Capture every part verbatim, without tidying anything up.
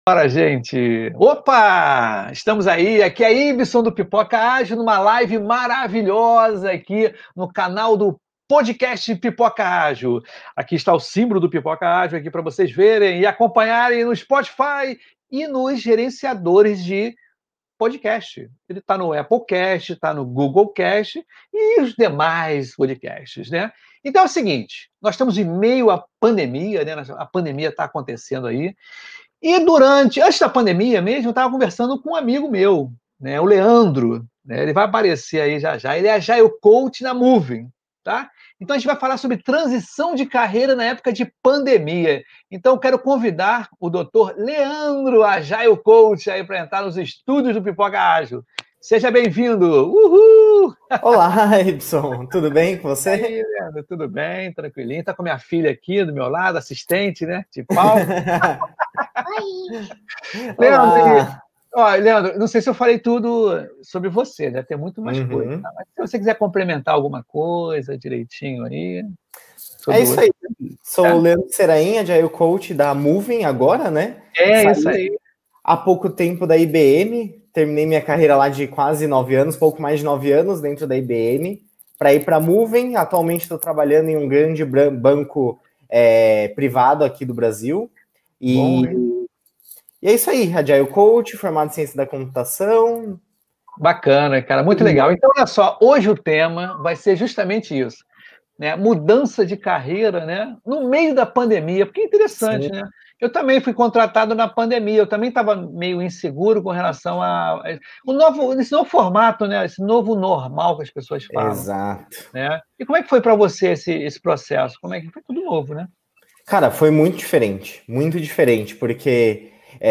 Bora, gente! Opa! Estamos aí, aqui é Ibson do Pipoca Ágil, numa live maravilhosa aqui no canal do podcast Pipoca Ágil. Aqui está o símbolo do Pipoca Ágil aqui para vocês verem e acompanharem no Spotify e nos gerenciadores de podcast. Ele está no Applecast, está no Googlecast e os demais podcasts, né? Então é o seguinte, nós estamos em meio à pandemia, né? A pandemia está acontecendo aí. E durante, antes da pandemia mesmo, eu estava conversando com um amigo meu, né, o Leandro, né, ele vai aparecer aí já já, ele é Agile Coach na Moving, tá? Então a gente vai falar sobre transição de carreira na época de pandemia. Então eu quero convidar o doutor Leandro, Agile Coach, aí para entrar nos estúdios do Pipoca Ágil. Seja bem-vindo! Uhul! Olá, Ibson, tudo bem com E você? aí, Leandro, tudo bem? Tranquilinho? Está com a minha filha aqui do meu lado, assistente, né, de palco. Leandro, e, Olá! ó, Leandro, não sei se eu falei tudo sobre você, deve ter muito mais coisa, Uhum. tá? Mas se você quiser complementar alguma coisa direitinho aí, É sobre isso você, aí, sou o tá? Leandro Serain, Agile Coach da Moving agora, né? É isso Saí aí. há pouco tempo da I B M, terminei minha carreira lá de quase nove anos, pouco mais de nove anos dentro da I B M, para ir para a Moving. Atualmente estou trabalhando em um grande banco é, privado aqui do Brasil. Bom, E, hein? e é isso aí, Agile Coach, formado em ciência da computação. Bacana, cara, muito legal. Então, olha só, hoje o tema vai ser justamente isso, né? Mudança de carreira, né? No meio da pandemia, porque é interessante, Sim, né? Eu também fui contratado na pandemia, eu também estava meio inseguro com relação a, a o novo, esse novo formato, né? Esse novo normal que as pessoas falam, exato. né? E como é que foi para você esse, esse processo? Como é que foi tudo novo, né? Cara, foi muito diferente, muito diferente, porque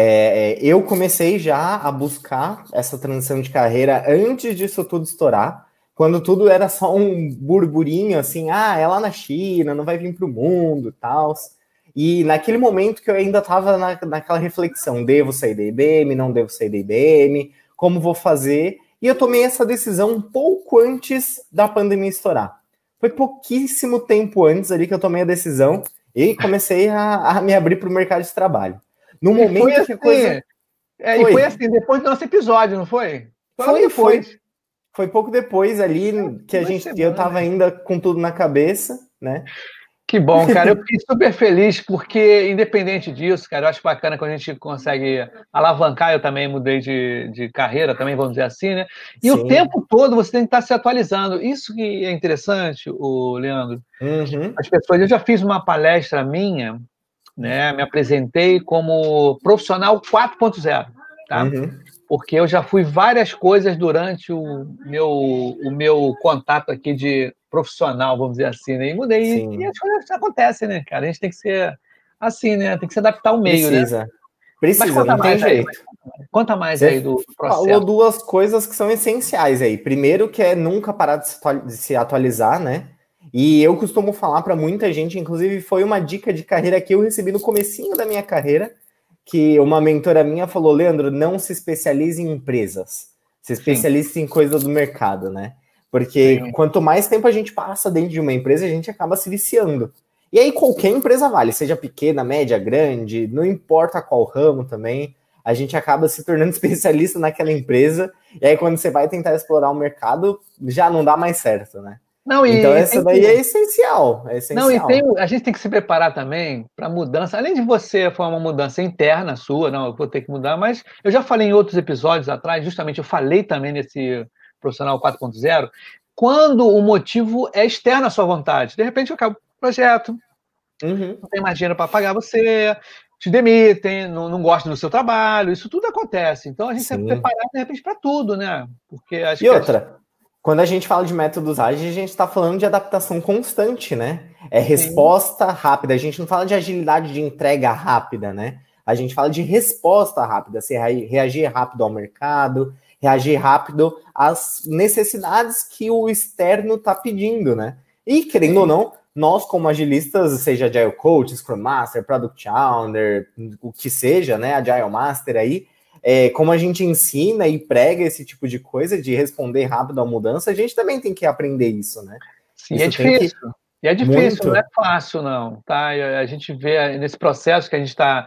é, eu comecei já a buscar essa transição de carreira antes disso tudo estourar, quando tudo era só um burburinho, assim, ah, é lá na China, não vai vir para o mundo e tal. E naquele momento que eu ainda estava na, naquela reflexão, devo sair da I B M, não devo sair da I B M, como vou fazer? E eu tomei essa decisão um pouco antes da pandemia estourar. Foi pouquíssimo tempo antes ali que eu tomei a decisão e comecei a, a me abrir para o mercado de trabalho. No E foi momento que a coisa assim, é, e foi foi, assim, depois do nosso episódio, não foi? Foi logo foi, foi, depois, foi pouco depois ali que a duas gente, eu estava semanas. ainda com tudo na cabeça, né? Que bom, cara. Eu fiquei super feliz, porque, independente disso, cara, eu acho bacana quando a gente consegue alavancar. Eu também mudei de, de carreira, também, vamos dizer assim, né? E o Sim. tempo todo você tem que estar se atualizando. Isso que é interessante, o Leandro. Uhum, As pessoas, eu já fiz uma palestra minha, né? Me apresentei como profissional quatro ponto zero, tá? uhum. Porque eu já fui várias coisas durante o meu, o meu contato aqui de profissional, vamos dizer assim, né? E mudei. E Sim. as coisas acontecem, né, cara? A gente tem que ser assim, né? Tem que se adaptar ao meio, né? Precisa. Mas Precisa, conta não tem mais aí, jeito. conta mais aí Você do falou processo. duas coisas que são essenciais aí. Primeiro, que é nunca parar de se atua- de se atualizar, né? E eu costumo falar para muita gente, inclusive foi uma dica de carreira que eu recebi no comecinho da minha carreira, que uma mentora minha falou: Leandro, não se especialize em empresas, se Sim, especialize em coisas do mercado, né? Porque sim. quanto mais tempo a gente passa dentro de uma empresa, a gente acaba se viciando. E aí qualquer empresa vale, seja pequena, média, grande, não importa qual ramo também, a gente acaba se tornando especialista naquela empresa, e aí quando você vai tentar explorar o mercado, já não dá mais certo, né? Não, Então e, e essa tem daí é essencial, é Não, e tem, essencial. a gente tem que se preparar também para mudança. Além de você for uma mudança interna sua, não, eu vou ter que mudar, mas eu já falei em outros episódios atrás, justamente eu falei também nesse profissional quatro ponto zero, quando o motivo é externo à sua vontade. De repente acaba o projeto, Uhum. não tem mais dinheiro para pagar você, te demitem, não, não gostam do seu trabalho, isso tudo acontece. Então a gente tem que Sim. preparar de repente para tudo, né? Porque acho E que as... outra, quando a gente fala de métodos ágeis, a gente está falando de adaptação constante, né? É Sim, resposta rápida. A gente não fala de agilidade de entrega rápida, né? A gente fala de resposta rápida, se reagir rápido ao mercado, reagir rápido às necessidades que o externo está pedindo, né? E, querendo ou sim. não, nós, como agilistas, seja Agile Coach, Scrum Master, Product Owner, o que seja, né? Agile Master aí, é, como a gente ensina e prega esse tipo de coisa, de responder rápido à mudança, a gente também tem que aprender isso, né? Sim, é Isso tem que difícil. E é difícil, não é muito. fácil, não, tá? E a gente vê nesse processo que a gente está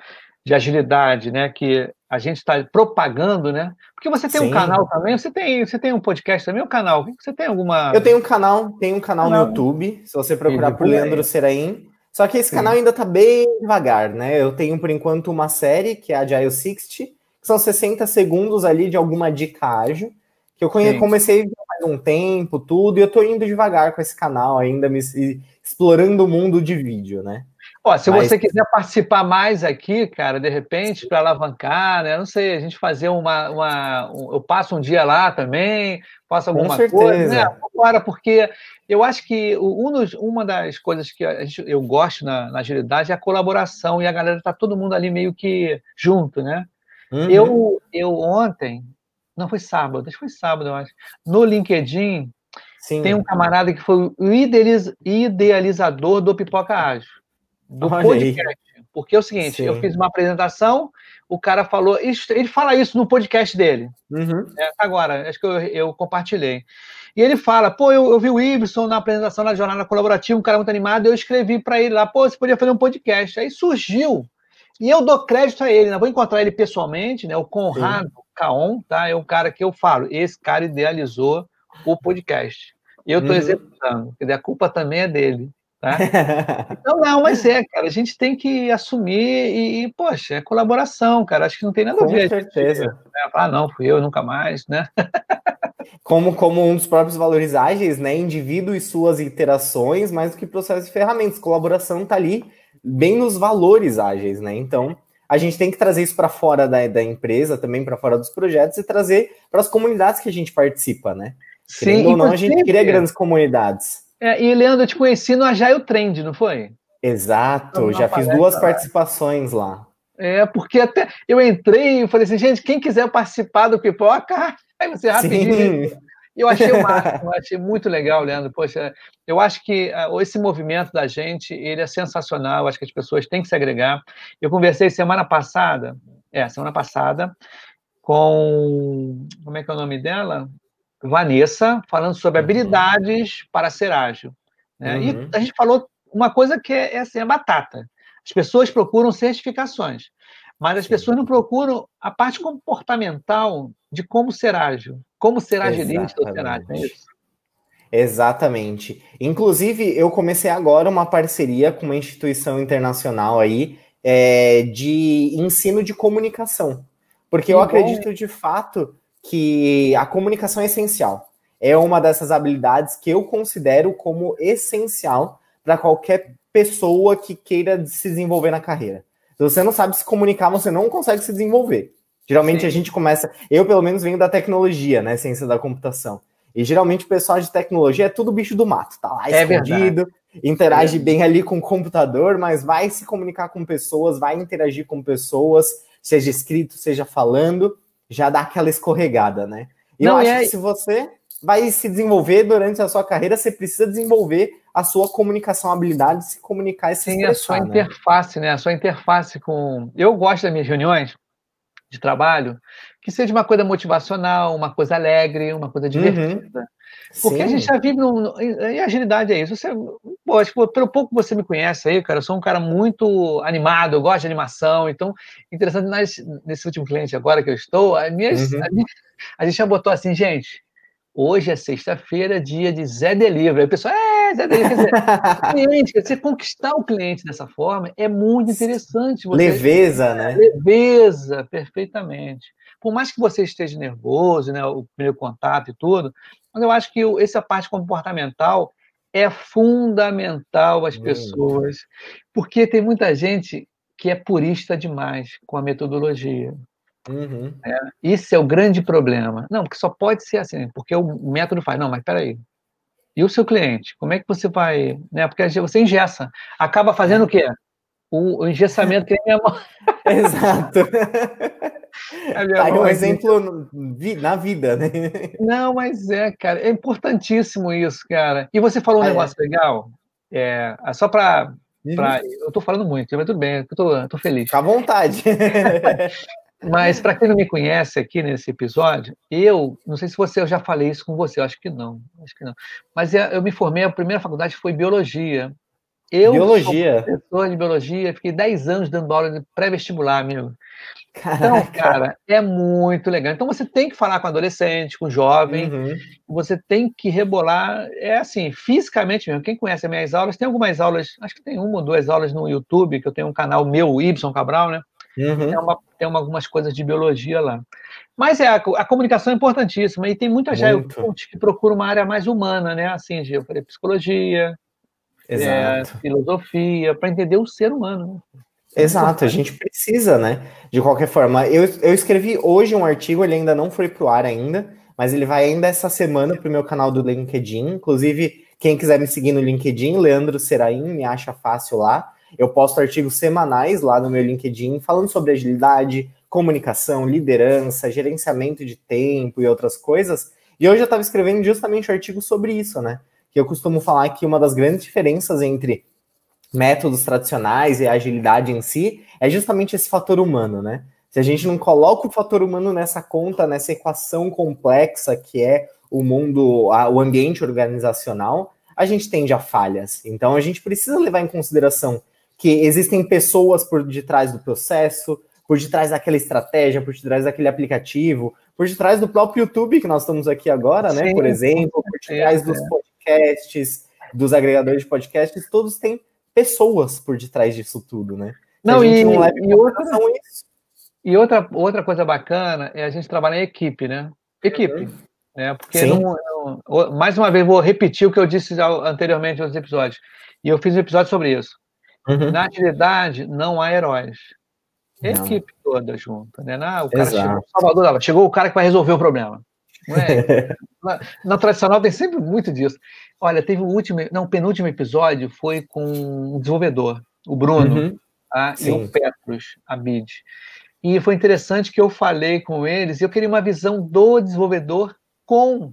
de agilidade, né? Que a gente está propagando, né? Porque você tem Sim. um canal também, você tem, você tem um podcast também, um canal. Você tem alguma... Eu tenho um canal, tenho um canal, canal. no YouTube, se você procurar por Leandro Serain. Só que esse Sim. canal ainda tá bem devagar, né? Eu tenho, por enquanto, uma série, que é a Agile sessenta, que são sessenta segundos ali de alguma dica ágil, que eu conhe- comecei faz um tempo, tudo, e eu tô indo devagar com esse canal ainda, me, explorando o mundo de vídeo, né? Ó, se Mas... você quiser participar mais aqui, cara, de repente, para alavancar, né? Não sei, a gente fazer uma... uma um, eu passo um dia lá também, faço alguma coisa, né? Agora, porque eu acho que um dos, uma das coisas que a gente, eu gosto na, na agilidade é a colaboração, e a galera tá todo mundo ali meio que junto, né? Uhum. Eu, eu ontem, não foi sábado, acho que foi sábado, eu acho, no LinkedIn, Sim. tem um camarada que foi o idealiz, idealizador do Pipoca Ágil, do Olha podcast. Aí. Porque é o seguinte, Sim. eu fiz uma apresentação, o cara falou, ele fala isso no podcast dele, uhum. é, agora, acho que eu, eu compartilhei. E ele fala, pô, eu, eu vi o Ibson na apresentação da Jornada Colaborativa, um cara muito animado, eu escrevi para ele lá, pô, você podia fazer um podcast. Aí surgiu, e eu dou crédito a ele, né? Vou encontrar ele pessoalmente, né? O Conrado Sim. Caon, tá? É um cara que eu falo, esse cara idealizou o podcast. E eu estou uhum. executando, quer dizer, a culpa também é dele, tá? Então, não, mas é, cara, a gente tem que assumir e, e poxa, é colaboração, cara, acho que não tem nada Com a ver. Com certeza. Gente, né? Ah, não, fui eu, nunca mais, né? Como, como um dos próprios valores ágeis, né? Indivíduo e suas interações, mais do que processo e ferramentas. Colaboração tá ali bem nos valores ágeis, né? Então, a gente tem que trazer isso para fora da, da empresa, também para fora dos projetos, e trazer para as comunidades que a gente participa, né? Sim, Querendo ou não, a gente cria grandes comunidades. É, e, Leandro, eu te conheci no Agile Trend, não foi? Exato, já fiz duas lá. participações lá. É, porque até eu entrei e falei assim, gente, quem quiser participar do Pipoca, aí você rapidinho... Sim. Eu achei o máximo, eu achei muito legal, Leandro. Poxa, eu acho que uh, esse movimento da gente, ele é sensacional, eu acho que as pessoas têm que se agregar. Eu conversei semana passada, é, semana passada, com, como é que é o nome dela? Vanessa, falando sobre habilidades uhum. para ser ágil. Né? Uhum. E a gente falou uma coisa que é, é assim, a batata. As pessoas procuram certificações, mas as Sim. pessoas não procuram a parte comportamental de como ser ágil, como ser agilista ou ser ágil, é isso? Exatamente. Inclusive, eu comecei agora uma parceria com uma instituição internacional aí é, de ensino de comunicação, porque que eu bom, acredito hein? de fato que a comunicação é essencial. É uma dessas habilidades que eu considero como essencial para qualquer pessoa que queira se desenvolver na carreira. Se você não sabe se comunicar, você não consegue se desenvolver. Geralmente Sim. a gente começa... Eu, pelo menos, venho da tecnologia, né? Ciência da computação. E, geralmente, o pessoal de tecnologia é tudo bicho do mato. Tá lá é escondido, verdade. interage é bem ali com o computador, mas vai se comunicar com pessoas, vai interagir com pessoas, seja escrito, seja falando, já dá aquela escorregada, né? E não, eu acho é... que se você vai se desenvolver durante a sua carreira, você precisa desenvolver a sua comunicação, a habilidade de se comunicar e se Sim, expressar, a sua né? interface, né? A sua interface com... Eu gosto das minhas reuniões de trabalho, que seja uma coisa motivacional, uma coisa alegre, uma coisa divertida. Uhum. Porque Sim. a gente já vive num... E a agilidade é isso. Você... Pô, acho que pelo pouco que você me conhece aí, cara, eu sou um cara muito animado, eu gosto de animação, então, interessante, nas... nesse último cliente agora que eu estou, a, minhas... uhum. a, minha... a gente já botou assim, gente, hoje é sexta-feira, dia de Zé Delivery. Aí o pessoal, é, Zé Delivery. Quer dizer, o cliente, você conquistar o cliente dessa forma é muito interessante. Você, leveza, né? Leveza, perfeitamente. Por mais que você esteja nervoso, né, o primeiro contato e tudo, mas eu acho que essa parte comportamental é fundamental às pessoas, porque tem muita gente que é purista demais com a metodologia. Uhum. É, isso é o grande problema. Não, porque só pode ser assim, porque o método faz. Não, mas peraí. E o seu cliente? Como é que você vai... Né? Porque você engessa. Acaba fazendo é. o quê? O, o engessamento que nem a mão. Exato. Tá aí um exemplo na vida, né? Não, mas é, cara, é importantíssimo isso, cara. E você falou um ah, negócio é. legal, é, só para... Uhum. Pra, eu tô falando muito, mas tudo bem, eu tô, eu tô feliz. Fica à vontade. Mas, para quem não me conhece aqui nesse episódio, eu, não sei se você, eu já falei isso com você, eu acho que não, acho que não. Mas eu me formei, a primeira faculdade foi Biologia. Eu Biologia. sou professor de biologia, fiquei dez anos dando aula de pré-vestibular, amigo. Então, Caraca. cara, é muito legal. Então você tem que falar com adolescente, com jovem, Uhum. você tem que rebolar, é assim, fisicamente mesmo. Quem conhece as minhas aulas, tem algumas aulas, acho que tem uma ou duas aulas no YouTube, que eu tenho um canal meu, Ibson Cabral, né? Tem, Uhum. uma, tem uma, algumas coisas de biologia lá. Mas é, a, a comunicação é importantíssima, e tem muita gente Muito. que procura uma área mais humana, né? Assim, eu falei, psicologia, é, Exato. filosofia, para entender o ser humano, né? É muito Exato, a importante. gente precisa, né? De qualquer forma, eu, eu escrevi hoje um artigo, ele ainda não foi pro ar ainda, mas ele vai ainda essa semana pro meu canal do LinkedIn. Inclusive, quem quiser me seguir no LinkedIn, Leandro Serain, me acha fácil lá. Eu posto artigos semanais lá no meu LinkedIn, falando sobre agilidade, comunicação, liderança, gerenciamento de tempo e outras coisas. E hoje eu estava escrevendo justamente um artigo sobre isso, né? Que eu costumo falar que uma das grandes diferenças entre métodos tradicionais e a agilidade em si, é justamente esse fator humano, né? Se a gente não coloca o fator humano nessa conta, nessa equação complexa que é o mundo, a, o ambiente organizacional, a gente tende a falhas. Então a gente precisa levar em consideração que existem pessoas por detrás do processo, por detrás daquela estratégia, por detrás daquele aplicativo, por detrás do próprio YouTube que nós estamos aqui agora, né? Sim, Por exemplo, por detrás dos podcasts, dos agregadores de podcasts, todos têm pessoas por detrás disso tudo, né? Se não, a gente e, não leva em e outra, consideração isso. e outra, outra coisa bacana é a gente trabalhar em equipe, né? Equipe, Uhum. né? Porque Sim. não, não, mais uma vez vou repetir o que eu disse anteriormente nos episódios. E eu fiz um episódio sobre isso. Uhum. Na agilidade não há heróis. É a Não. equipe toda junta, né? Não, o cara Exato. chegou, Salvador, chegou o cara que vai resolver o problema. Não é? na, na tradicional tem sempre muito disso. Olha, teve o último, não, o penúltimo episódio foi com um desenvolvedor, o Bruno, Uhum. tá? E o Sim. Petros Abid. E foi interessante que eu falei com eles, e eu queria uma visão do desenvolvedor com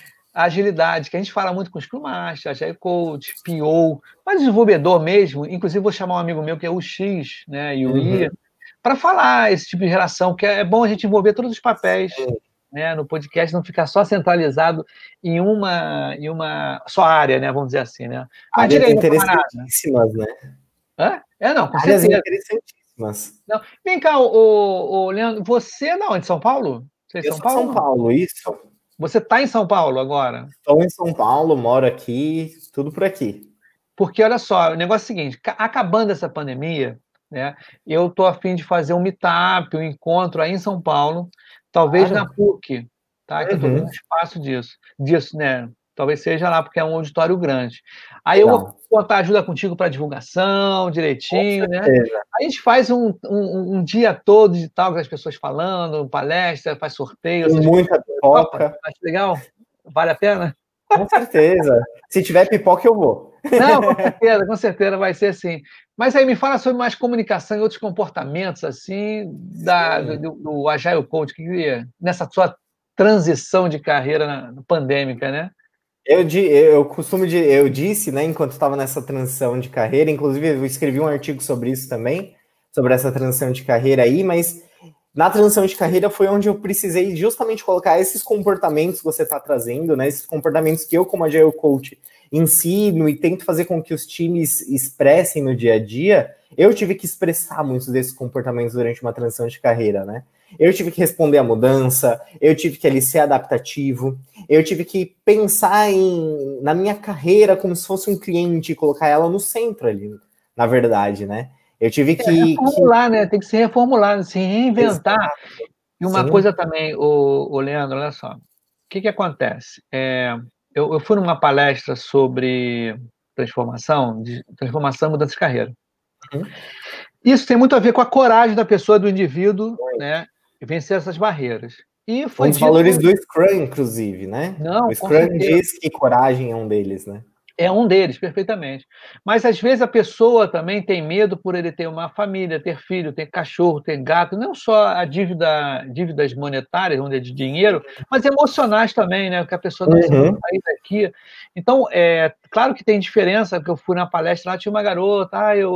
a agilidade, que a gente fala muito com Scrum Master, Agile Coach, P O, mas desenvolvedor mesmo, inclusive vou chamar um amigo meu que é o X, né, e o Uhum. I, para falar esse tipo de relação, que é bom a gente envolver todos os papéis, Sim. né, no podcast, não ficar só centralizado em uma, em uma só área, né, vamos dizer assim, né. Mas diga Áreas aí, meu camarada. interessantíssimas, né? Hã? É, não, com Áreas certeza. interessantíssimas. Não. Vem cá, o, o, o Leandro, você é de onde? São Paulo? Você é de Eu São sou de Paulo? São Não? Paulo, isso. Você está em São Paulo agora? Estou em São Paulo, moro aqui, tudo por aqui. Porque, olha só, o negócio é o seguinte, acabando essa pandemia, né, eu estou a fim de fazer um meetup, um encontro aí em São Paulo, talvez Claro. na PUC, tá? Que eu estou vendo Uhum. um espaço disso, disso, né? Talvez seja lá, porque é um auditório grande. Aí eu vou Legal. contar ajuda contigo para divulgação, Com direitinho, né? certeza. Aí a gente faz um, um, um dia todo de tal, com as pessoas falando, palestra, faz sorteio, Com essas muita coisas. Opa, pipoca. acho legal? Vale a pena? Com certeza. Se tiver pipoca, eu vou. Não, com certeza, com certeza vai ser assim. Mas aí me fala sobre mais comunicação e outros comportamentos, assim, da, do, do Agile Coach, que, nessa sua transição de carreira na, na pandêmica, né? Eu, eu costumo de, eu disse, né, enquanto estava nessa transição de carreira, inclusive eu escrevi um artigo sobre isso também, sobre essa transição de carreira aí, mas na transição de carreira foi onde eu precisei justamente colocar esses comportamentos que você está trazendo, né, esses comportamentos que eu, como Agile Coach, ensino e tento fazer com que os times expressem no dia a dia. Eu tive que expressar muitos desses comportamentos durante uma transição de carreira, né? Eu tive que responder à mudança, eu tive que ali ser adaptativo, eu tive que pensar em, na minha carreira como se fosse um cliente e colocar ela no centro ali, na verdade, né? Eu tive que... É, reformular, que... né? Tem que se reformular, se reinventar. Exato. E uma Sim. coisa também, o, o Leandro, olha só. O que que acontece? É, eu, eu fui numa palestra sobre transformação, de transformação e mudança de carreira. Uhum. Isso tem muito a ver com a coragem da pessoa, do indivíduo, né, vencer essas barreiras. E foi um dos dito... valores do Scrum, inclusive, né? Não, o Scrum diz que coragem é um deles, né? É um deles, perfeitamente. Mas, às vezes, a pessoa também tem medo por ele ter uma família, ter filho, ter cachorro, ter gato, não só a dívida, dívidas monetárias, onde é de dinheiro, mas emocionais também, né? Porque a pessoa não se Uhum. sair daqui. Então, é claro que tem diferença, porque eu fui na palestra lá, tinha uma garota, ah, eu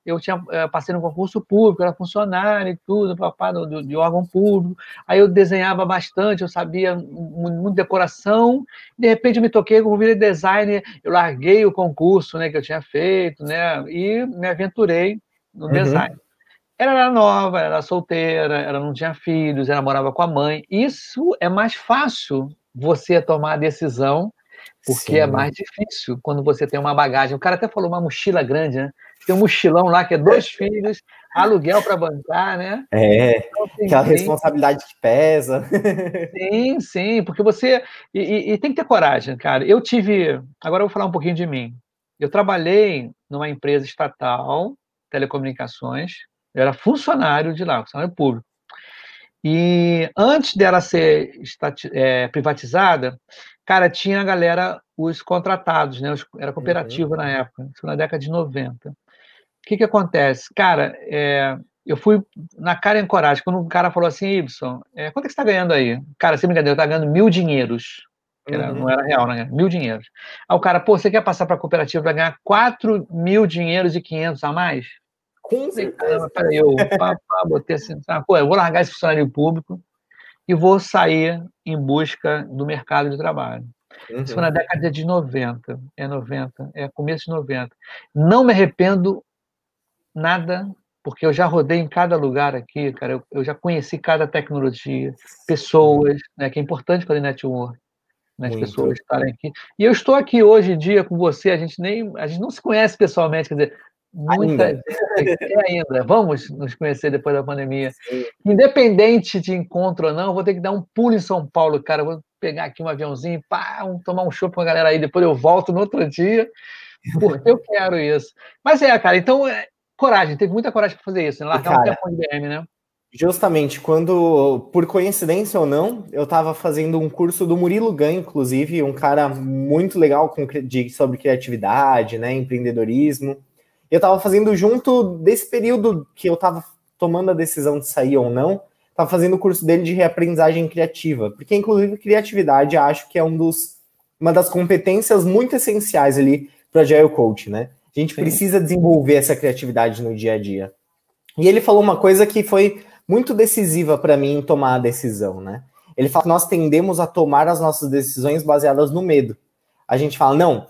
eu tinha, eu passei no concurso público, era funcionário e tudo, papá, do, de órgão público. Aí eu desenhava bastante, eu sabia muito decoração. De repente eu me toquei, eu virei designer, eu larguei o concurso, né, que eu tinha feito, né, e me aventurei no Uhum. design. Ela era nova, ela era solteira, ela não tinha filhos, ela morava com a mãe. Isso é mais fácil você tomar a decisão, porque é Sim. mais difícil quando você tem uma bagagem. O cara até falou uma mochila grande, né? Tem um mochilão lá que é dois filhos, aluguel para bancar, né? É, Então, assim, aquela tem, responsabilidade que pesa. sim, sim, porque você. E, e- e tem que ter coragem, cara. Eu tive. Agora eu vou falar um pouquinho de mim. Eu trabalhei numa empresa estatal, telecomunicações, eu era funcionário de lá, funcionário público. E antes dela ser estati- é, privatizada, cara, tinha a galera, os contratados, né? Os- era Uhum. cooperativa na época, isso na década de noventa. O que que acontece? Cara, é, eu fui na cara e coragem, quando um cara falou assim, Ibson, é, quanto é que você está ganhando aí? Cara, sem brincadeira, eu estava ganhando mil dinheiros, que era, não Uhum. era real, né? Mil dinheiros. Aí o cara, pô, você quer passar para a cooperativa para ganhar quatro mil dinheiros e quinhentos a mais? Com Falei, certeza. caramba, peraí, eu pá, pá, botei assim, tá, pô, eu vou largar esse funcionário público e vou sair em busca do mercado de trabalho. Isso foi na Uhum. década de noventa, é noventa, é começo de noventa. Não me arrependo nada, porque eu já rodei em cada lugar aqui, cara, eu, eu já conheci cada tecnologia, Sim, pessoas, né, que é importante fazer network, né, as pessoas muito. estarem aqui. E eu estou aqui hoje em dia com você, a gente nem, a gente não se conhece pessoalmente, quer dizer, muita Ainda. gente aqui ainda, vamos nos conhecer depois da pandemia. Sim. Independente de encontro ou não, eu vou ter que dar um pulo em São Paulo, cara, eu vou pegar aqui um aviãozinho, pá, um, tomar um chopp com a galera aí, depois eu volto no outro dia, porque eu quero isso. Mas é, cara, então, é, coragem, teve muita coragem para fazer isso, né? E, Largar um cara, tempão de B M, né? justamente quando, por coincidência ou não, eu estava fazendo um curso do Murilo Gun, inclusive, um cara muito legal com, de, sobre criatividade, né, empreendedorismo. Eu estava fazendo junto desse período que eu estava tomando a decisão de sair ou não, estava fazendo o curso dele de reaprendizagem criativa, porque inclusive criatividade acho que é um dos, uma das competências muito essenciais ali para o Agile Coach, né? A gente Sim. precisa desenvolver essa criatividade no dia a dia. E ele falou uma coisa que foi muito decisiva para mim em tomar a decisão, né? Ele fala que nós tendemos a tomar as nossas decisões baseadas no medo. A gente fala, não,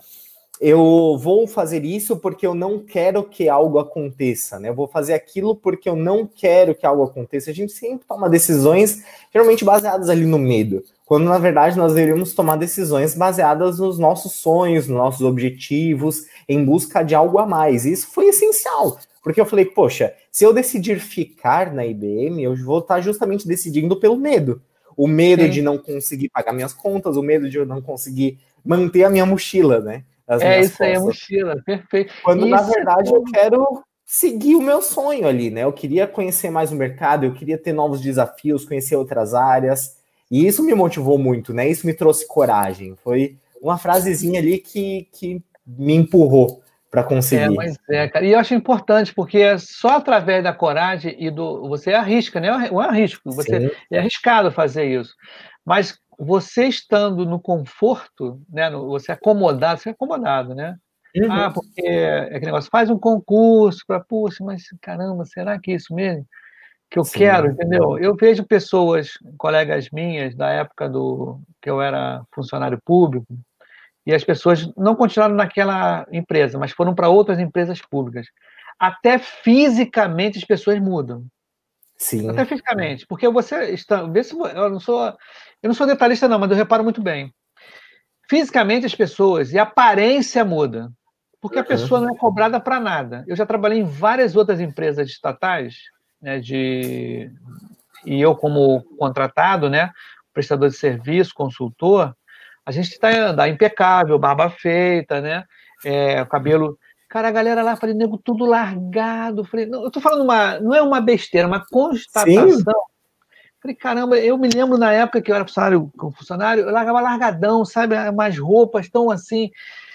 eu vou fazer isso porque eu não quero que algo aconteça, né? Eu vou fazer aquilo porque eu não quero que algo aconteça. A gente sempre toma decisões geralmente baseadas ali no medo, quando na verdade nós deveríamos tomar decisões baseadas nos nossos sonhos, nos nossos objetivos, em busca de algo a mais. E isso foi essencial, porque eu falei, poxa, se eu decidir ficar na I B M, eu vou estar justamente decidindo pelo medo. O medo Sim. de não conseguir pagar minhas contas, o medo de eu não conseguir manter a minha mochila, né? As É minhas isso aí, a costas. mochila, perfeito. Quando, E na isso é verdade, eu bom. quero seguir o meu sonho ali, né? Eu queria conhecer mais o mercado, eu queria ter novos desafios, conhecer outras áreas. E isso me motivou muito, né? Isso me trouxe coragem. Foi uma frasezinha ali que, que me empurrou para É, conseguir. mas é, cara. E eu acho importante, porque é só através da coragem e do. Você arrisca, né? É um risco, você Sim. é arriscado fazer isso. Mas você estando no conforto, né? No, você acomodado, você é acomodado, né? Ah, Uhum. porque é aquele negócio, faz um concurso para, puxa, mas caramba, será que é isso mesmo que eu quero, Sim. entendeu? Eu vejo pessoas, colegas minhas, da época do que eu era funcionário público, e as pessoas não continuaram naquela empresa, mas foram para outras empresas públicas. Até fisicamente as pessoas mudam. Até Sim. fisicamente, porque você está, vê se eu não sou, eu não sou detalhista não, mas eu reparo muito bem. Fisicamente as pessoas e a aparência muda, porque a pessoa Uhum. não é cobrada para nada. Eu já trabalhei em várias outras empresas estatais, né, de e eu como contratado, né, prestador de serviço, consultor, a gente está tá impecável, barba feita, né? É, o cabelo. Cara, a galera lá, falei, nego, tudo largado. Falei, não, eu tô falando uma. Não é uma besteira, é uma Sim. constatação. Falei, caramba, eu me lembro na época que eu era funcionário, como funcionário, eu largava largadão, sabe? Umas roupas tão assim.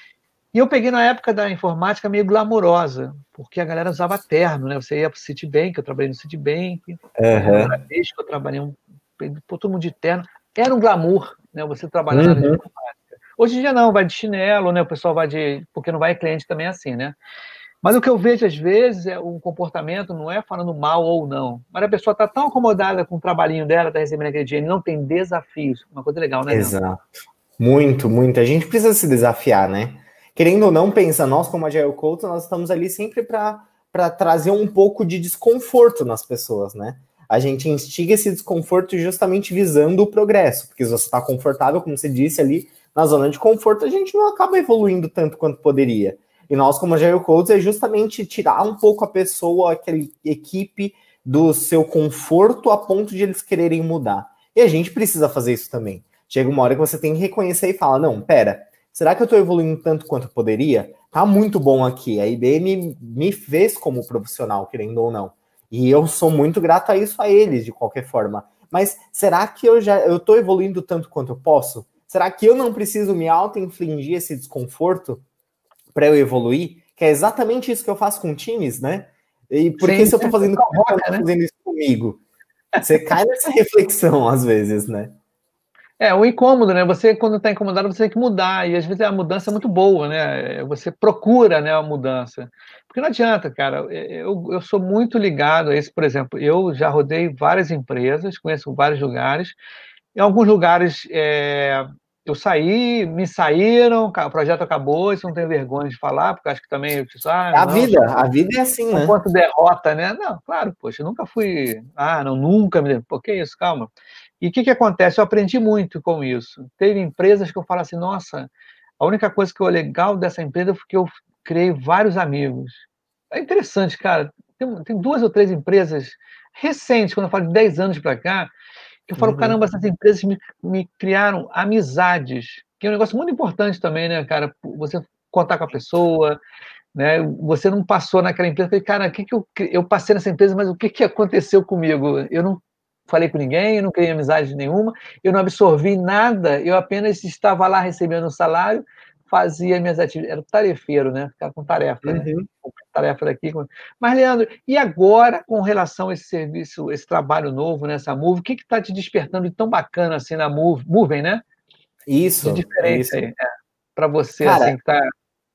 E eu peguei na época da informática meio glamourosa, porque a galera usava terno, né? Você ia para o Citibank, eu trabalhei no Citibank, né? No Uhum. Bradesco, eu trabalhei um, todo mundo de terno. Era um glamour, né? Você trabalhar na área de Uhum. informática. Hoje em dia não, vai de chinelo, né? O pessoal vai de. Porque não vai cliente também assim, né? Mas o que eu vejo às vezes é um comportamento, não é falando mal ou não, mas a pessoa está tão acomodada com o trabalhinho dela, está recebendo aquele dinheiro, não tem desafios. Uma coisa legal, né, Leandro? Exato. Muito, muito. A gente precisa se desafiar, né? Querendo ou não, pensa, nós como Agile Coach, nós estamos ali sempre para para trazer um pouco de desconforto nas pessoas, né? A gente instiga esse desconforto justamente visando o progresso, porque se você está confortável, como você disse ali, na zona de conforto, a gente não acaba evoluindo tanto quanto poderia. E nós, como Agile Coach, é justamente tirar um pouco a pessoa, aquela equipe, do seu conforto a ponto de eles quererem mudar. E a gente precisa fazer isso também. Chega uma hora que você tem que reconhecer e falar, não, pera, será que eu estou evoluindo tanto quanto eu poderia? Tá muito bom aqui. A I B M me fez como profissional, querendo ou não. E eu sou muito grato a isso a eles, de qualquer forma. Mas será que eu já eu estou evoluindo tanto quanto eu posso? Será que eu não preciso me auto-infligir esse desconforto para eu evoluir? Que é exatamente isso que eu faço com times, né? E por que Sim, se eu estou fazendo, provoca, eu tô né? fazendo isso comigo? Você cai nessa reflexão às vezes, né? É, o incômodo, né? Você, quando está incomodado, você tem que mudar. E às vezes a mudança é muito boa, né? Você procura, né, a mudança. Porque não adianta, cara. Eu, eu sou muito ligado a isso. Por exemplo, eu já rodei várias empresas, conheço vários lugares. Em alguns lugares é, eu saí, me saíram, o projeto acabou. Isso não tenho vergonha de falar, porque acho que também eu disse, ah, A não, só vida, a vida é assim, não né? conto derrota, né? Não, claro, poxa, eu nunca fui. Ah, não, nunca me. Pô, que isso, calma. E o que, que acontece? Eu aprendi muito com isso. Teve empresas que eu falo assim, nossa, a única coisa que é legal dessa empresa foi que eu criei vários amigos. É interessante, cara. Tem, tem duas ou três empresas recentes, quando eu falo de dez anos para cá, que eu falo, Uhum. caramba, essas empresas me, me criaram amizades, que é um negócio muito importante também, né, cara? Você contar com a pessoa, né? Você não passou naquela empresa, falei, cara, o que que eu, eu passei nessa empresa, mas o que, que aconteceu comigo? Eu não falei com ninguém, eu não criei amizade nenhuma, eu não absorvi nada, eu apenas estava lá recebendo um salário, fazia minhas atividades, era tarefeiro, né? Ficava com tarefa, né? Uhum. Tarefa daqui. Mas, Leandro, e agora, com relação a esse serviço, esse trabalho novo nessa Move, o que está te despertando de tão bacana assim na Move, Movem, né? De Isso, diferente isso. aí, é, para você, Cara, assim, que está.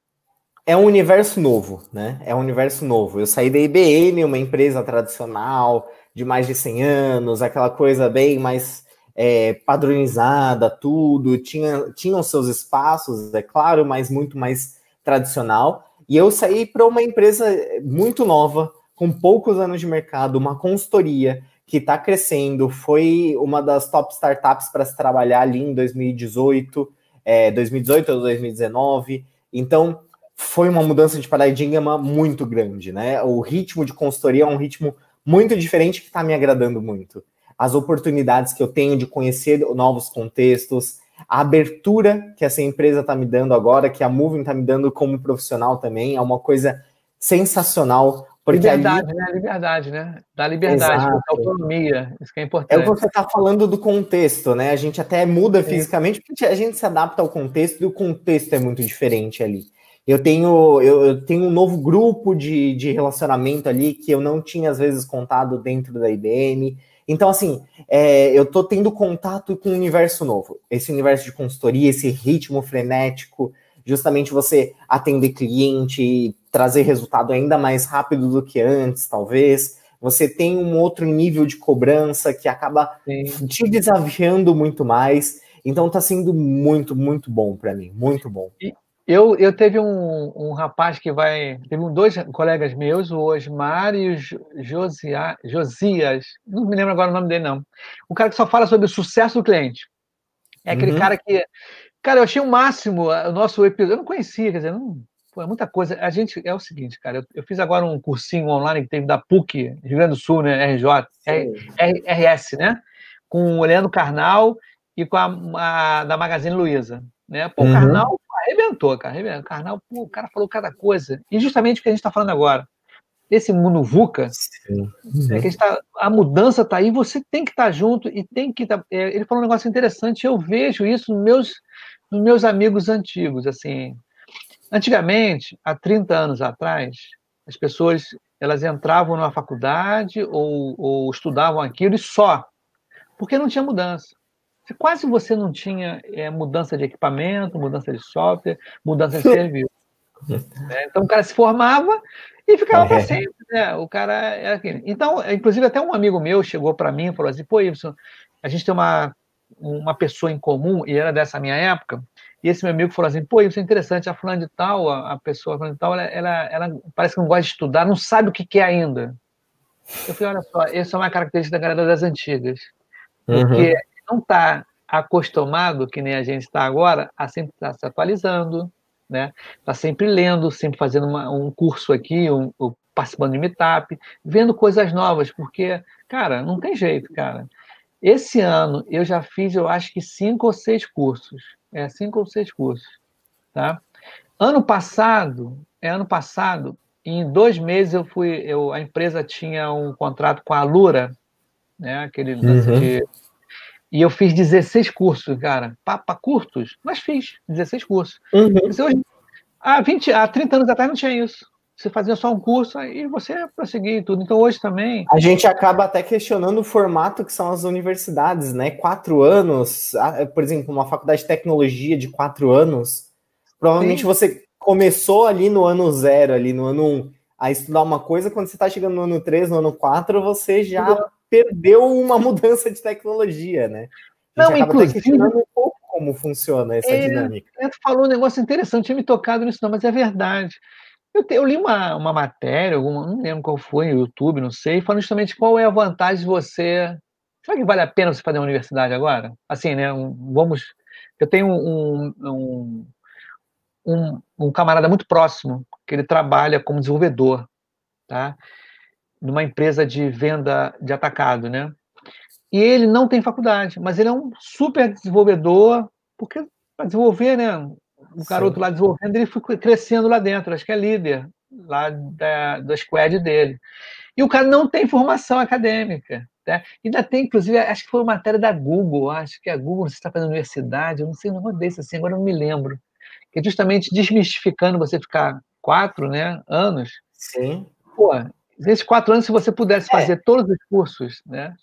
é um universo novo, né? É um universo novo. Eu saí da I B M, uma empresa tradicional, de mais de cem anos, aquela coisa bem mais é, padronizada, tudo. Tinha, tinha os seus espaços, é claro, mas muito mais tradicional. E eu saí para uma empresa muito nova, com poucos anos de mercado, uma consultoria que está crescendo. Foi uma das top startups para se trabalhar ali em dois mil e dezoito, é, dois mil e dezoito ou dois mil e dezenove. Então, foi uma mudança de paradigma muito grande, né? O ritmo de consultoria é um ritmo muito diferente que está me agradando muito. As oportunidades que eu tenho de conhecer novos contextos, a abertura que essa empresa está me dando agora, que a Moving está me dando como profissional também, é uma coisa sensacional, porque ali... Liberdade, né? Liberdade, né? Dá liberdade, Exato. autonomia, isso que é É o que importante. você está falando do contexto, né? A gente até muda Sim. fisicamente porque a gente se adapta ao contexto e o contexto é muito diferente ali. Eu tenho, eu, eu tenho um novo grupo de, de relacionamento ali que eu não tinha, às vezes, contado dentro da I B M. Então, assim, é, eu estou tendo contato com um universo novo. Esse universo de consultoria, esse ritmo frenético, justamente você atender cliente, trazer resultado ainda mais rápido do que antes, talvez. Você tem um outro nível de cobrança que acaba Sim. te desafiando muito mais. Então tá sendo muito, muito bom para mim, muito bom. E eu, eu teve um, um rapaz que vai. Teve um, dois colegas meus, o Osmar e o Jo- Josia, Josias, não me lembro agora o nome dele, não. O cara que só fala sobre o sucesso do cliente. É aquele Uhum. cara que. Cara, eu achei o máximo o nosso episódio. Eu não conhecia, quer dizer, não, pô, é muita coisa. A gente. É o seguinte, cara, eu, eu fiz agora um cursinho online que teve da PUC, Rio Grande do Sul, né? R J, R, Sim. R, RS, né? Com o Leandro Carnal e com a, a da Magazine Luiza. Né? Pô, o Uhum. Karnal arrebentou, cara. Arrebentou. O Karnal, pô, o cara falou cada coisa. E justamente o que a gente está falando agora. Esse mundo VUCA, Sim. é que a, Uhum. gente tá, a mudança está aí, você tem que estar tá junto e tem que tá, é, ele falou um negócio interessante, eu vejo isso nos meus, nos meus amigos antigos. Assim, antigamente, há trinta anos atrás, as pessoas elas entravam numa faculdade ou, ou estudavam aquilo e só, porque não tinha mudança. Quase você não tinha é, mudança de equipamento, mudança de software, mudança de serviço. Né? Então o cara se formava e ficava para É. sempre, né? O cara era aquele. Então, inclusive, até um amigo meu chegou para mim e falou assim: pô, Ibson, a gente tem uma, uma pessoa em comum, e era dessa minha época, e esse meu amigo falou assim: pô, isso é interessante, a fulana de tal, a, a pessoa fulana de tal, ela, ela, ela parece que não gosta de estudar, não sabe o que quer ainda. Eu falei: olha só, essa é uma característica da galera das antigas, porque Uhum. não está acostumado, que nem a gente está agora, a sempre estar se atualizando, né? Está sempre lendo, sempre fazendo uma, um curso aqui, um, um, participando de meetup, vendo coisas novas, porque, cara, não tem jeito, cara. Esse ano eu já fiz, eu acho que cinco ou seis cursos. É, cinco ou seis cursos, tá? Ano passado, é ano passado, em dois meses eu fui, eu, a empresa tinha um contrato com a Alura, né? Aquele lance Uhum. de e eu fiz dezesseis cursos, cara. Papa curtos, mas fiz dezesseis cursos. Uhum. Hoje, há, vinte, há trinta anos atrás não tinha isso. Você fazia só um curso e você prosseguia e tudo. Então hoje também. A gente acaba até questionando o formato que são as universidades, né? Quatro anos, por exemplo, uma faculdade de tecnologia de quatro anos, provavelmente Sim. você começou ali no ano zero, ali no ano um, a estudar uma coisa, quando você está chegando no ano três, no ano quatro, você já perdeu uma mudança de tecnologia, né? A gente Não, acaba até inclusive, questionando um pouco como funciona essa é, dinâmica. tu falou um negócio interessante, tinha me tocado nisso, não, mas é verdade. Eu, te, eu li uma, uma matéria, alguma, não lembro qual foi, no YouTube, não sei, falando justamente qual é a vantagem de você. Será que vale a pena você fazer uma universidade agora? Assim, né? Um, vamos. Eu tenho um, um, um, um camarada muito próximo, que ele trabalha como desenvolvedor, tá? Numa empresa de venda de atacado, né? E ele não tem faculdade, mas ele é um super desenvolvedor, porque para desenvolver, né? O garoto Sim. lá desenvolvendo, ele foi crescendo lá dentro, acho que é líder lá da, da squad dele. E o cara não tem formação acadêmica. Tá? Ainda tem, inclusive, acho que foi uma matéria da Google, acho que a Google, você está fazendo universidade, eu não sei um negócio desse assim, agora eu não me lembro. Que é justamente desmistificando você ficar quatro, né, anos. Sim. Pô, nesses quatro anos, se você pudesse É. fazer todos os cursos, né?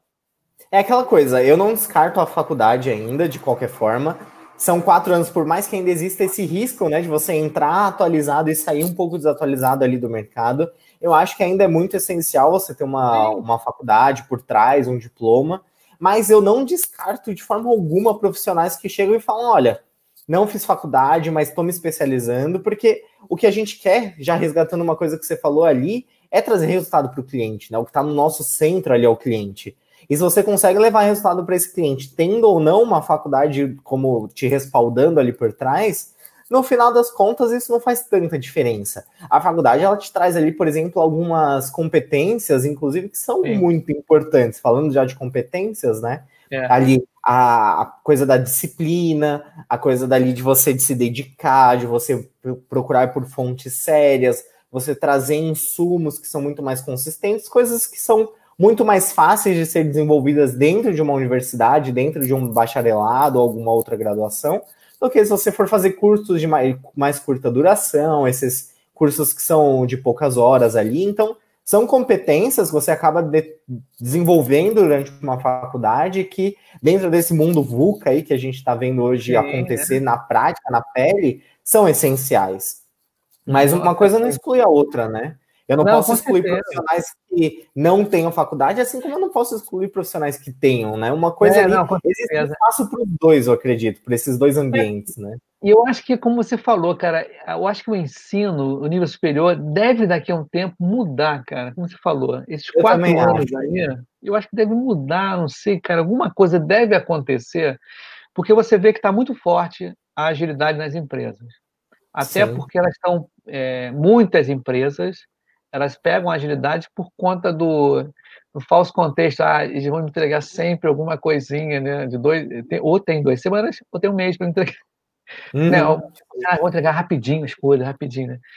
É aquela coisa, eu não descarto a faculdade ainda, de qualquer forma. São quatro anos, por mais que ainda exista esse risco, né, de você entrar atualizado e sair um pouco desatualizado ali do mercado. Eu acho que ainda é muito essencial você ter uma, Sim. uma faculdade por trás, um diploma, mas eu não descarto de forma alguma profissionais que chegam e falam, olha, não fiz faculdade, mas estou me especializando, porque o que a gente quer, já resgatando uma coisa que você falou ali, é trazer resultado para o cliente, né? O que está no nosso centro ali é o cliente. E se você consegue levar resultado para esse cliente, tendo ou não uma faculdade como te respaldando ali por trás, no final das contas isso não faz tanta diferença. A faculdade ela te traz ali, por exemplo, algumas competências, inclusive, que são Sim. muito importantes. Falando já de competências, né? É. Ali a, a coisa da disciplina, a coisa dali de você de se dedicar, de você procurar por fontes sérias, você trazer insumos que são muito mais consistentes, coisas que são muito mais fáceis de ser desenvolvidas dentro de uma universidade, dentro de um bacharelado ou alguma outra graduação, do que se você for fazer cursos de mais, mais curta duração, esses cursos que são de poucas horas ali. Então, são competências que você acaba de, desenvolvendo durante uma faculdade que, dentro desse mundo VUCA aí que a gente está vendo hoje Sim, acontecer é. na prática, na pele, são essenciais. Mas uma Nossa, coisa não exclui a outra, né? Eu não não, posso com excluir certeza. profissionais que não tenham faculdade, assim como eu não posso excluir profissionais que tenham, né? Uma coisa É, ali, não, com existe certeza. espaço para os dois, eu acredito, para esses dois ambientes, né? E eu acho que, como você falou, cara, eu acho que o ensino, o nível superior, deve daqui a um tempo mudar, cara, como você falou. Esses Eu também quatro acho. anos aí, eu acho que deve mudar, não sei, cara, alguma coisa deve acontecer, porque você vê que está muito forte a agilidade nas empresas. Até Sim. porque elas estão, é, muitas empresas, elas pegam a agilidade por conta do, do falso contexto, ah, eles vão me entregar sempre alguma coisinha, né, de dois, tem, ou tem duas semanas, ou tem um mês para entregar. Né, Uhum. ah, vou entregar rapidinho as coisas, rapidinho, né?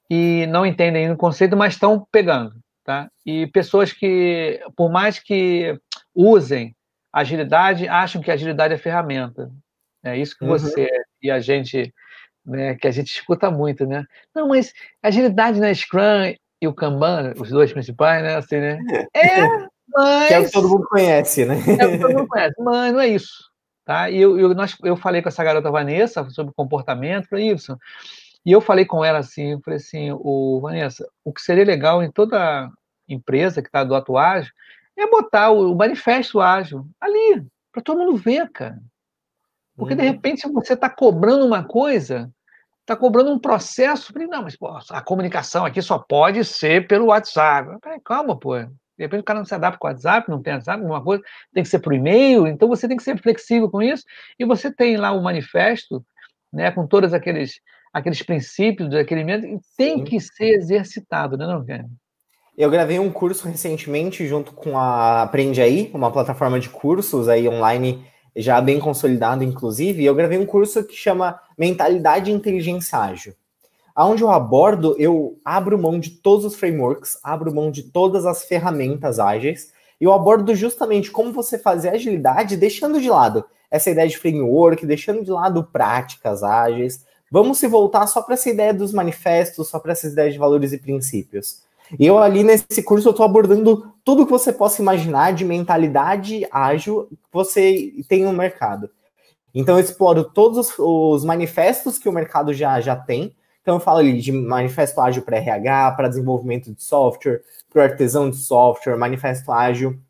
E não entendem ainda o conceito, mas estão pegando, tá? E pessoas que, por mais que usem agilidade, acham que a agilidade é ferramenta. É isso que Uhum. você e a gente, né, que a gente escuta muito, né? Não, mas agilidade na Scrum e o Kanban, os dois principais, né? Assim, né? É, Que é o que todo mas mundo conhece, né? é o que todo mundo conhece, mas não é isso, tá? E eu, eu, nós, eu falei com essa garota Vanessa sobre comportamento, falei, isso. E eu falei com ela assim, eu falei assim, o Vanessa, o que seria legal em toda empresa que está do Ato Ágil é botar o, o manifesto ágil ali, para todo mundo ver, cara. Porque, de Uhum. repente, se você está cobrando uma coisa, está cobrando um processo, falei, não, mas pô, a comunicação aqui só pode ser pelo WhatsApp. Falei, calma, pô. De repente o cara não se adapta com o WhatsApp, não tem WhatsApp, alguma coisa, tem que ser por e-mail, então você tem que ser flexível com isso, e você tem lá o manifesto, né, com todos aqueles, aqueles princípios daquele método, e tem Sim. que ser exercitado, né, não, cara? Eu gravei um curso recentemente junto com a Aprende Aí, uma plataforma de cursos aí online já bem consolidada, inclusive, e eu gravei um curso que chama Mentalidade e Inteligência Ágil. Onde eu abordo, eu abro mão de todos os frameworks, abro mão de todas as ferramentas ágeis, e eu abordo justamente como você fazer agilidade, deixando de lado essa ideia de framework, deixando de lado práticas ágeis. Vamos se voltar só para essa ideia dos manifestos, só para essa ideia de valores e princípios. E eu ali nesse curso eu estou abordando tudo que você possa imaginar de mentalidade ágil que você tem no mercado. Então eu exploro todos os, os manifestos que o mercado já, já tem. Então eu falo ali de manifesto ágil para R H, para desenvolvimento de software, para o artesão de software, manifesto ágil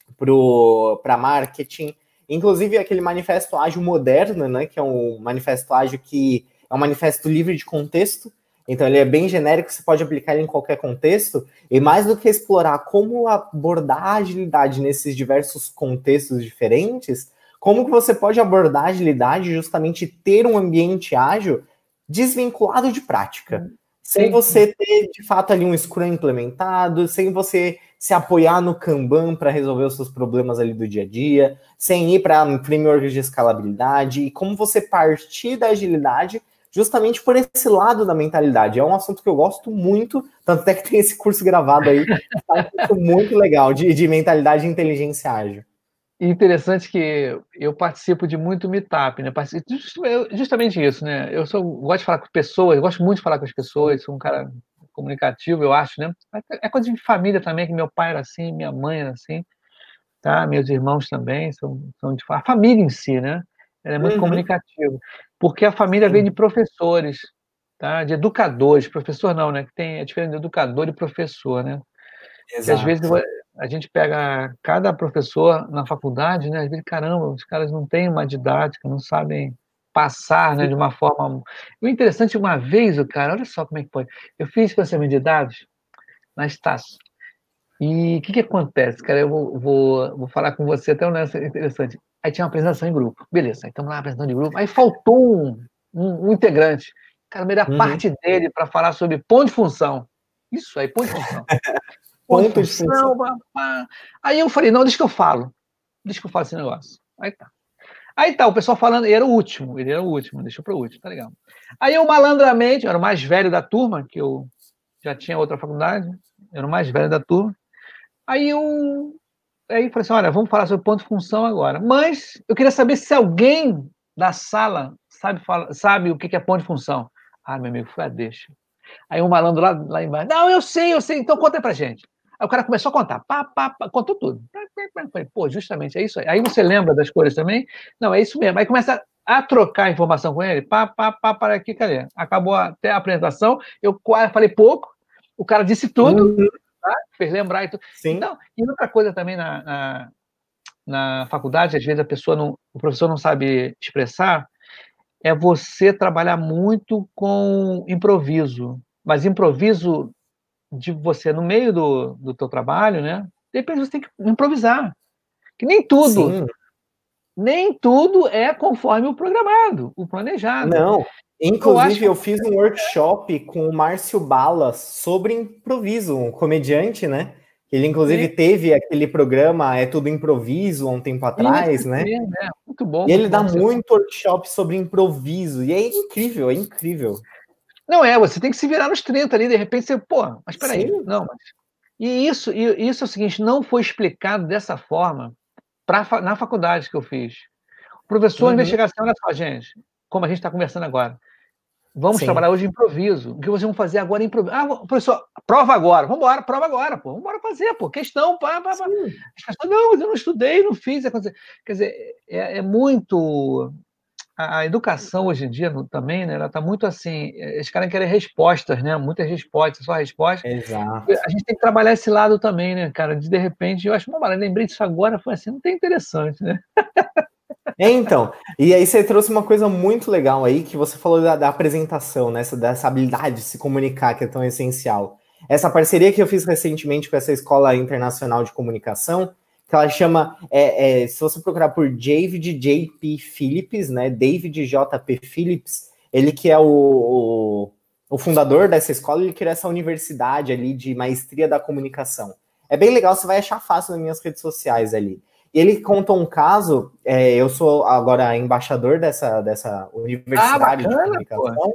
para marketing, inclusive aquele manifesto ágil moderno, né, que é um manifesto ágil que é um manifesto livre de contexto, então ele é bem genérico, você pode aplicar ele em qualquer contexto, e mais do que explorar como abordar a agilidade nesses diversos contextos diferentes, como que você pode abordar a agilidade justamente ter um ambiente ágil desvinculado de prática, sem Sim. você ter, de fato, ali um Scrum implementado, sem você se apoiar no Kanban para resolver os seus problemas ali do dia a dia, sem ir para frameworks de escalabilidade, e como você partir da agilidade justamente por esse lado da mentalidade. É um assunto que eu gosto muito, tanto até que tem esse curso gravado aí, tá um curso muito legal de, de mentalidade e inteligência ágil. Interessante que eu participo de muito meetup, né? Justamente isso, né? Eu sou, gosto de falar com pessoas, eu gosto muito de falar com as pessoas, sou um cara comunicativo, eu acho, né? É coisa de família também, que meu pai era assim, minha mãe era assim, tá? Meus irmãos também são, são de a família em si, né? Ela é muito Uhum. comunicativa, porque a família Sim. vem de professores, tá? De educadores, professor não, né? Que tem a diferença de educador e professor, né? Exato. Que às vezes a gente pega cada professor na faculdade, né? Às vezes, caramba, os caras não têm uma didática, não sabem passar, né, de uma forma... O interessante, uma vez, o cara, olha só como é que foi. Eu fiz processamento de dados na Estácio. E o que que acontece, cara? Eu vou, vou, vou falar com você até um negócio interessante. Aí tinha uma apresentação em grupo. Beleza, aí estamos lá, apresentação de grupo. Aí faltou um, um, um integrante. Cara, me dá Uhum. parte dele para falar sobre ponto de função. Isso aí, ponto de função. Ponto, ponto de função, papá. Aí eu falei, não, deixa que eu falo. Deixa que eu falo esse negócio. Aí tá. Aí tá, o pessoal falando, ele era o último, ele era o último, deixou para o último, tá legal. Aí eu malandramente, eu era o mais velho da turma, que eu já tinha outra faculdade, eu era o mais velho da turma. Aí eu aí falei assim, olha, vamos falar sobre ponto de função agora. Mas eu queria saber se alguém da sala sabe, fala, sabe o que é ponto de função. Ah, meu amigo, foi a deixa. Aí um malandro lá, lá embaixo, não, eu sei, eu sei, então conta aí pra gente. Aí o cara começou a contar, pá, pá, pá, contou tudo. Falei, pô, justamente, é isso aí. Aí você lembra das cores também? Não, é isso mesmo. Aí começa a trocar informação com ele, pá, pá, pá, para aqui, cadê? Acabou até a apresentação, eu falei pouco, o cara disse tudo, uhum. Tá? Fez lembrar e tudo. Sim. Então, e outra coisa também na, na, na faculdade, às vezes a pessoa não, o professor não sabe expressar, é você trabalhar muito com improviso. Mas improviso de você, no meio do, do teu trabalho, né? De repente você tem que improvisar. Que nem tudo, Sim. nem tudo é conforme o programado, o planejado. Não, inclusive eu, eu fiz um workshop com o Márcio Balas sobre improviso, um comediante, né? Ele, inclusive, Sim. teve aquele programa É Tudo Improviso há um tempo atrás, Isso, né? É, muito bom. E muito ele bom, dá muito workshop sobre improviso, e é incrível, é incrível. Não é, você tem que se virar nos trinta ali, de repente você, pô, mas peraí, Sim. não, mas... E isso, e isso é o seguinte, não foi explicado dessa forma pra, na faculdade que eu fiz. O professor uhum. de investigação, olha só, gente, como a gente está conversando agora, vamos Sim. trabalhar hoje improviso. O que vocês vão fazer agora é improviso. Ah, professor, prova agora. Vamos embora, prova agora, pô. Vamos embora fazer, pô. Questão, pá, pá, pá. As pessoas, não, mas eu não estudei, não fiz. Quer dizer, é, é muito... a, a educação hoje em dia no, também, né, ela está muito assim, eles querem querer respostas, né? Muitas respostas, só respostas. Exato. A gente tem que trabalhar esse lado também, né, cara? De, de repente, eu acho, bom, lembrei disso agora, foi assim, não tem interessante, né? É, então, e aí você trouxe uma coisa muito legal aí, que você falou da, da apresentação, né, essa, dessa habilidade de se comunicar, que é tão essencial. Essa parceria que eu fiz recentemente com essa Escola Internacional de Comunicação, que ela chama, é, é, se você procurar por David J P Phillips, né, David J P Phillips, ele que é o, o, o fundador dessa escola, ele criou essa universidade ali de maestria da comunicação. É bem legal, você vai achar fácil nas minhas redes sociais ali. E ele contou um caso, é, eu sou agora embaixador dessa, dessa Ah, universidade de bacana, pô. comunicação,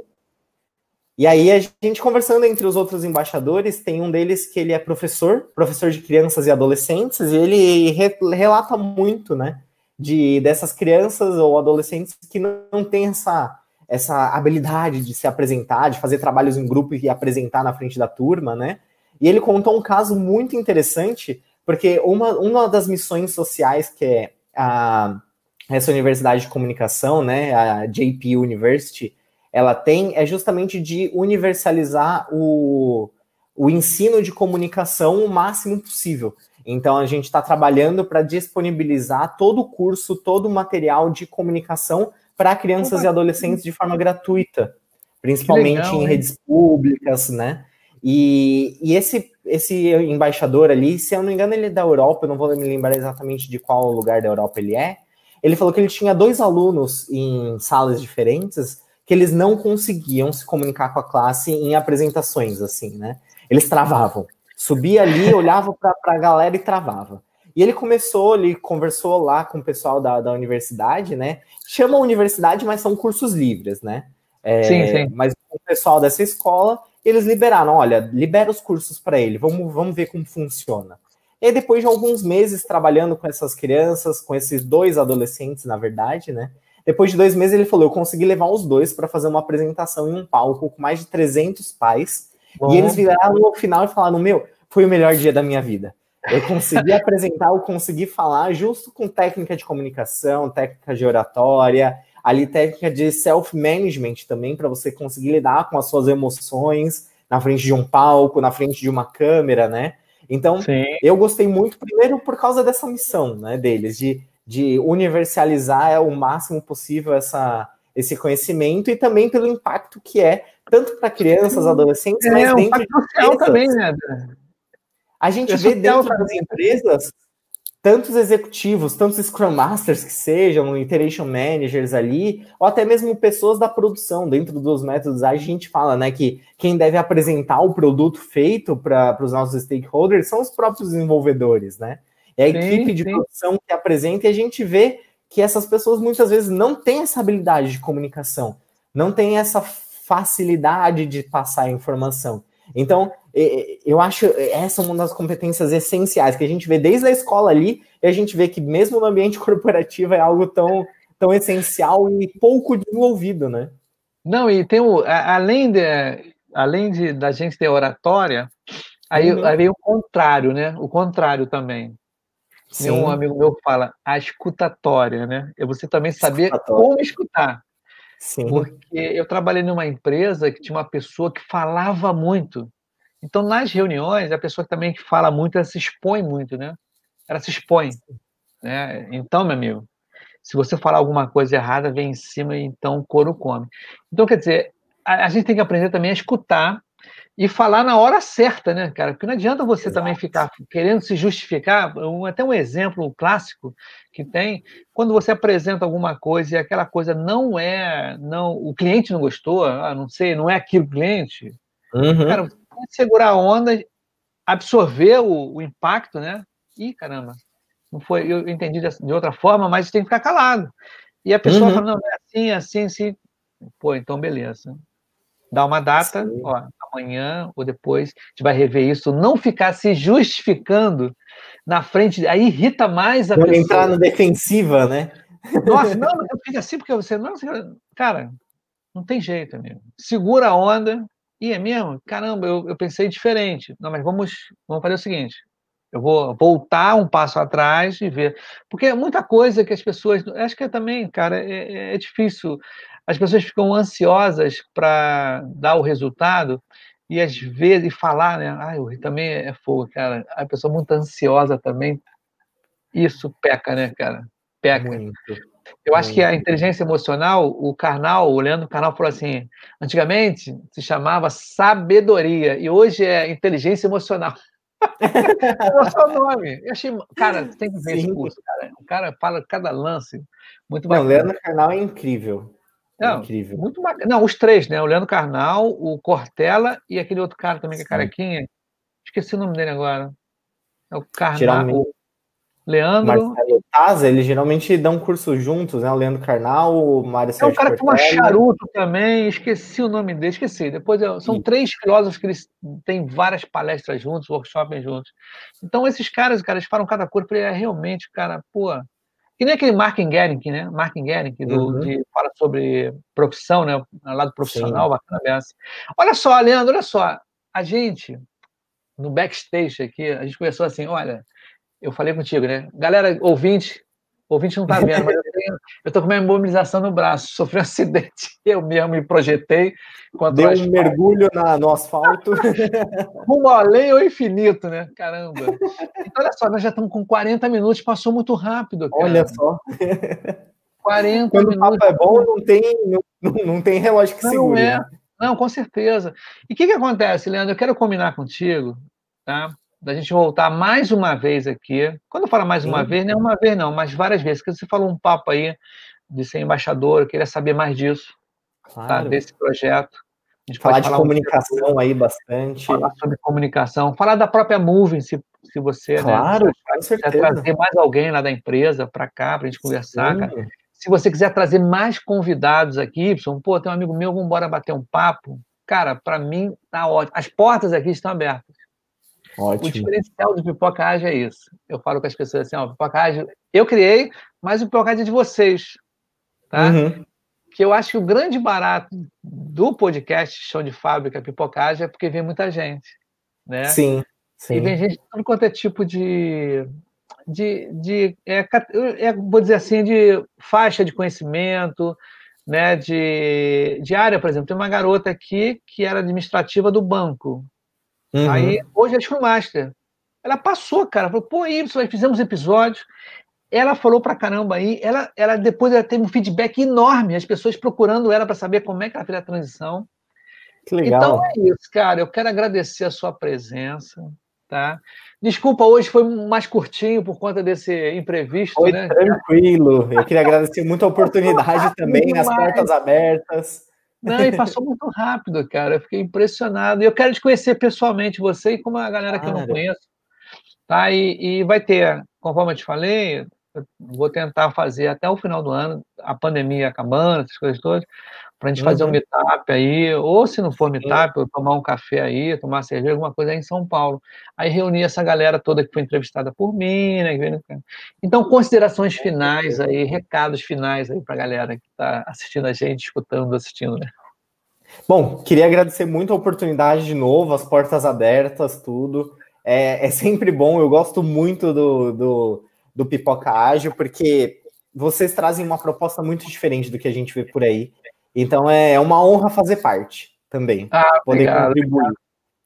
e aí a gente conversando entre os outros embaixadores, tem um deles que ele é professor, professor de crianças e adolescentes, e ele re relata muito, né, de, dessas crianças ou adolescentes que não, não têm essa, essa habilidade de se apresentar, de fazer trabalhos em grupo e apresentar na frente da turma, né, e ele contou um caso muito interessante, porque uma, uma das missões sociais que é a, essa universidade de comunicação, né, a J P University, ela tem é justamente de universalizar o, o ensino de comunicação o máximo possível. Então, a gente está trabalhando para disponibilizar todo o curso, todo o material de comunicação para crianças e adolescentes de forma gratuita, principalmente legal, em hein? redes públicas, né? E, e esse, esse embaixador ali, se eu não me engano, ele é da Europa, eu não vou me lembrar exatamente de qual lugar da Europa ele é. Ele falou que ele tinha dois alunos em salas diferentes que eles não conseguiam se comunicar com a classe em apresentações, assim, né? Eles travavam. Subia ali, olhava para a galera e travava. E ele começou, ele conversou lá com o pessoal da, da universidade, né? Chama universidade, mas são cursos livres, né? É, sim, sim. Mas o pessoal dessa escola, eles liberaram, olha, libera os cursos para ele, vamos, vamos ver como funciona. E depois de alguns meses trabalhando com essas crianças, com esses dois adolescentes, na verdade, né? Depois de dois meses ele falou, eu consegui levar os dois para fazer uma apresentação em um palco com mais de trezentos pais. Bom. E eles viraram no final e falaram, meu, foi o melhor dia da minha vida. Eu consegui apresentar, eu consegui falar justo com técnica de comunicação, técnica de oratória, ali técnica de self-management também, para você conseguir lidar com as suas emoções na frente de um palco, na frente de uma câmera, né? Então, sim, eu gostei muito, primeiro, por causa dessa missão, né, deles, de, de universalizar o máximo possível essa, esse conhecimento e também pelo impacto que é, tanto para crianças, adolescentes, é, mas um dentro de social também, né? A gente é vê dentro das também. empresas tantos executivos, tantos Scrum Masters que sejam, Iteration Managers ali, ou até mesmo pessoas da produção, dentro dos métodos, a gente fala, né, que quem deve apresentar o produto feito para os nossos stakeholders são os próprios desenvolvedores, né? É a sim, equipe de sim. produção que apresenta, e a gente vê que essas pessoas muitas vezes não têm essa habilidade de comunicação, não têm essa facilidade de passar a informação. Então, eu acho essa uma das competências essenciais que a gente vê desde a escola ali, e a gente vê que mesmo no ambiente corporativo é algo tão, tão essencial e pouco desenvolvido, né? Não, e tem o, além, de, além de, da gente ter oratória, aí, uhum. aí vem o contrário, né? O contrário também. Sim. Um amigo meu fala, a escutatória, né? É você também saber como escutar. Sim. Porque eu trabalhei numa empresa que tinha uma pessoa que falava muito. Então, nas reuniões, a pessoa também que fala muito, ela se expõe muito, né? Ela se expõe. Né? Então, meu amigo, se você falar alguma coisa errada, vem em cima e então o couro come. Então, quer dizer, a, a gente tem que aprender também a escutar e falar na hora certa, né, cara? Porque não adianta você Exato. Também ficar querendo se justificar. Um, até um exemplo clássico que tem, quando você apresenta alguma coisa e aquela coisa não é, não, o cliente não gostou, ah, não sei, não é aquilo cliente, uhum. Cara, você tem que segurar a onda, absorver o, o impacto, né? Ih, caramba, não foi, eu entendi de, de outra forma, mas tem que ficar calado. E a pessoa uhum. fala, não, é assim, assim, assim. Pô, então beleza. Dá uma data, Sim. ó, amanhã ou depois, a gente vai rever isso, não ficar se justificando na frente, aí irrita mais a não pessoa. Entrar na defensiva, né? Nossa, não, eu fiz assim porque você não, cara, não tem jeito, amigo. Segura a onda, e é mesmo? Caramba, eu, eu pensei diferente. Não, mas vamos, vamos fazer o seguinte, Eu vou voltar um passo atrás e ver. Porque é muita coisa que as pessoas. Acho que é também, cara, é, é difícil. As pessoas ficam ansiosas para dar o resultado e às vezes falar, né? Ah, eu também é fogo, cara. A pessoa muito ansiosa também, isso peca, né, cara? Peca. Muito, Eu acho que a muito. inteligência emocional, o Karnal, o Leandro Karnal falou assim: antigamente se chamava sabedoria e hoje é inteligência emocional. Qual é o seu nome? Eu achei, cara, você tem que ver esse Sim. curso, cara. O cara fala cada lance, muito Não, bacana. Leandro Carnal é incrível. É Não, incrível. muito bacana. Não, os três, né? O Leandro Carnal, o Cortella e aquele outro cara também que é Sim. carequinha. Esqueci o nome dele agora. É o Carnal, Geralmente, o Leandro. Marcelo Taza, eles geralmente dão curso juntos, né? O Leandro Carnal, o Mário É um Sérgio cara que fuma Cortella. charuto também, esqueci o nome dele, esqueci. Depois eu- são E, três filósofos que eles têm várias palestras juntos, workshops juntos. Então, esses caras, cara, eles falam cada coisa. Eu falei, é realmente, cara, pô. Que nem aquele Mark Gerink, né? Mark Gerink, do, uhum, de, fala sobre profissão, né? O lado profissional, sim. bacana dessa. Olha só, Leandro, olha só. A gente, no backstage aqui, a gente conversou assim, olha, eu falei contigo, né? Galera, ouvinte, ouvinte não tá vendo, mas eu tenho, eu tô com uma imobilização no braço, sofri um acidente, eu mesmo me projetei contra o Deu um asfalto, mergulho na, no asfalto. rumo além ao infinito, né? Caramba. Então, olha só, nós já estamos com quarenta minutos, passou muito rápido, Olha cara. só. quarenta Quando o papo minutos. é bom, não tem, não, não tem relógio que Não segure, é. né? Não, com certeza. E o que que acontece, Leandro? Eu quero combinar contigo, tá? Da gente voltar mais uma vez aqui. Quando eu falo mais uma Sim, vez, não é uma vez não, mas várias vezes, porque você falou um papo aí de ser embaixador, eu queria saber mais disso, tá? claro. Desse projeto. A gente pode Falar de falar um comunicação aí falar bastante. sobre comunicação, falar da própria Moving, se, se você, né, se Claro, achar com que quiser certeza. trazer mais alguém lá da empresa para cá, para a gente conversar, cara. Sim, Se você quiser trazer mais convidados aqui, Y, pô, tem um amigo meu, vamos embora bater um papo. Cara, para mim tá ótimo. As portas aqui estão abertas. O ótimo. diferencial do Pipoca Ágil é isso. Eu falo com as pessoas assim, ó, Pipoca Ágil, eu criei, mas o Pipoca Ágil é de vocês, tá? Uhum. Que eu acho que o grande barato do podcast Chão de Fábrica Pipoca Ágil é porque vem muita gente, né? Sim, E vem sim. gente de tudo quanto é tipo de, de, de é, é, vou dizer assim, de faixa de conhecimento, né, de, de área, por exemplo. Tem uma garota aqui que era administrativa do banco. Aí, Uhum. hoje é Scrum Master. Ela passou, cara, falou, pô, Y, fizemos episódios. Ela falou pra caramba aí, ela, ela depois ela teve um feedback enorme, as pessoas procurando ela para saber como é que ela fez a transição. Que Então legal. é isso, cara. Eu quero agradecer a sua presença, tá? Desculpa, hoje foi mais curtinho por conta desse imprevisto, Foi né? tranquilo. Eu queria agradecer muito a Passou oportunidade rápido também, as demais. portas abertas. Não, e passou muito rápido, cara. Eu fiquei impressionado. E eu quero te conhecer pessoalmente, você e como a galera que eu não Claro. conheço, tá? E, e vai ter, conforme eu te falei, eu vou tentar fazer até o final do ano, a pandemia acabando, essas coisas todas, para a gente fazer um Uhum. meetup aí, ou se não for Sim. meetup, eu tomar um café aí, tomar cerveja, alguma coisa aí em São Paulo. Aí reunir essa galera toda que foi entrevistada por mim, né? Então, considerações finais aí, recados finais aí para a galera que está assistindo a gente, escutando, assistindo, né? Bom, queria agradecer muito a oportunidade de novo, as portas abertas, tudo. É, é sempre bom, eu gosto muito do, do, do Pipoca Ágil, porque vocês trazem uma proposta muito diferente do que a gente vê por aí. Então é, é uma honra fazer parte também, Ah, poder obrigado. contribuir.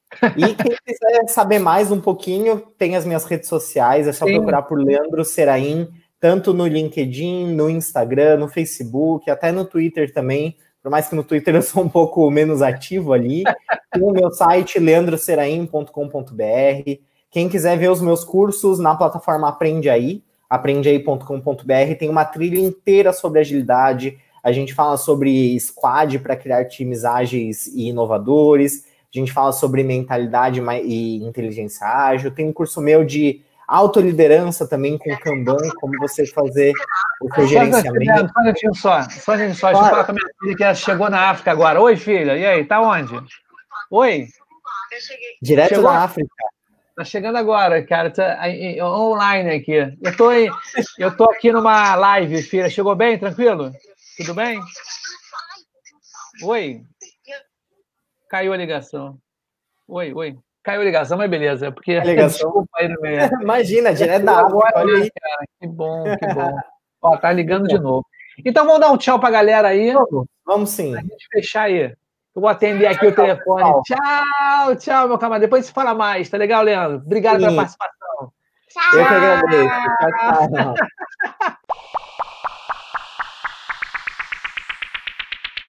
E quem quiser saber mais um pouquinho, tem as minhas redes sociais, é só Sim, procurar por Leandro Serain, tanto no LinkedIn, no Instagram, no Facebook, até no Twitter também. Por mais que no Twitter eu sou um pouco menos ativo ali. Tem o meu site, leandro serain ponto com ponto b r. Quem quiser ver os meus cursos na plataforma Aprende Aí, aprende aí ponto com ponto b r, tem uma trilha inteira sobre agilidade. A gente fala sobre squad para criar times ágeis e inovadores. A gente fala sobre mentalidade e inteligência ágil. Tem um curso meu de autoliderança também com Kanban, como você fazer o seu só, gerenciamento. só um minutinho só, só um minutinho só, deixa eu Claro. falar com a minha filha que ela chegou na África agora. Oi, filha, e aí, tá onde? Oi? Direto Chegou? da África. Tá chegando agora, cara, tá online aqui. Eu tô, em, eu tô aqui numa live, filha. Chegou bem? Tranquilo? Tudo bem? Oi? Caiu a ligação. Oi, oi. Caiu a ligação, mas beleza, porque A ligação. desculpa aí no meio. Imagina, direto da agora, África, olha né, aí. cara? Que bom, que bom. Ó, tá ligando de novo. Então vamos dar um tchau pra galera aí. Vamos, vamos sim. Pra gente fechar aí. Eu vou atender aqui tchau, o telefone. Tchau, tchau, tchau, meu camarada. Depois se fala mais, tá legal, Leandro? Obrigado sim. pela participação. Tchau. Eu que agradeço. Tchau, tchau.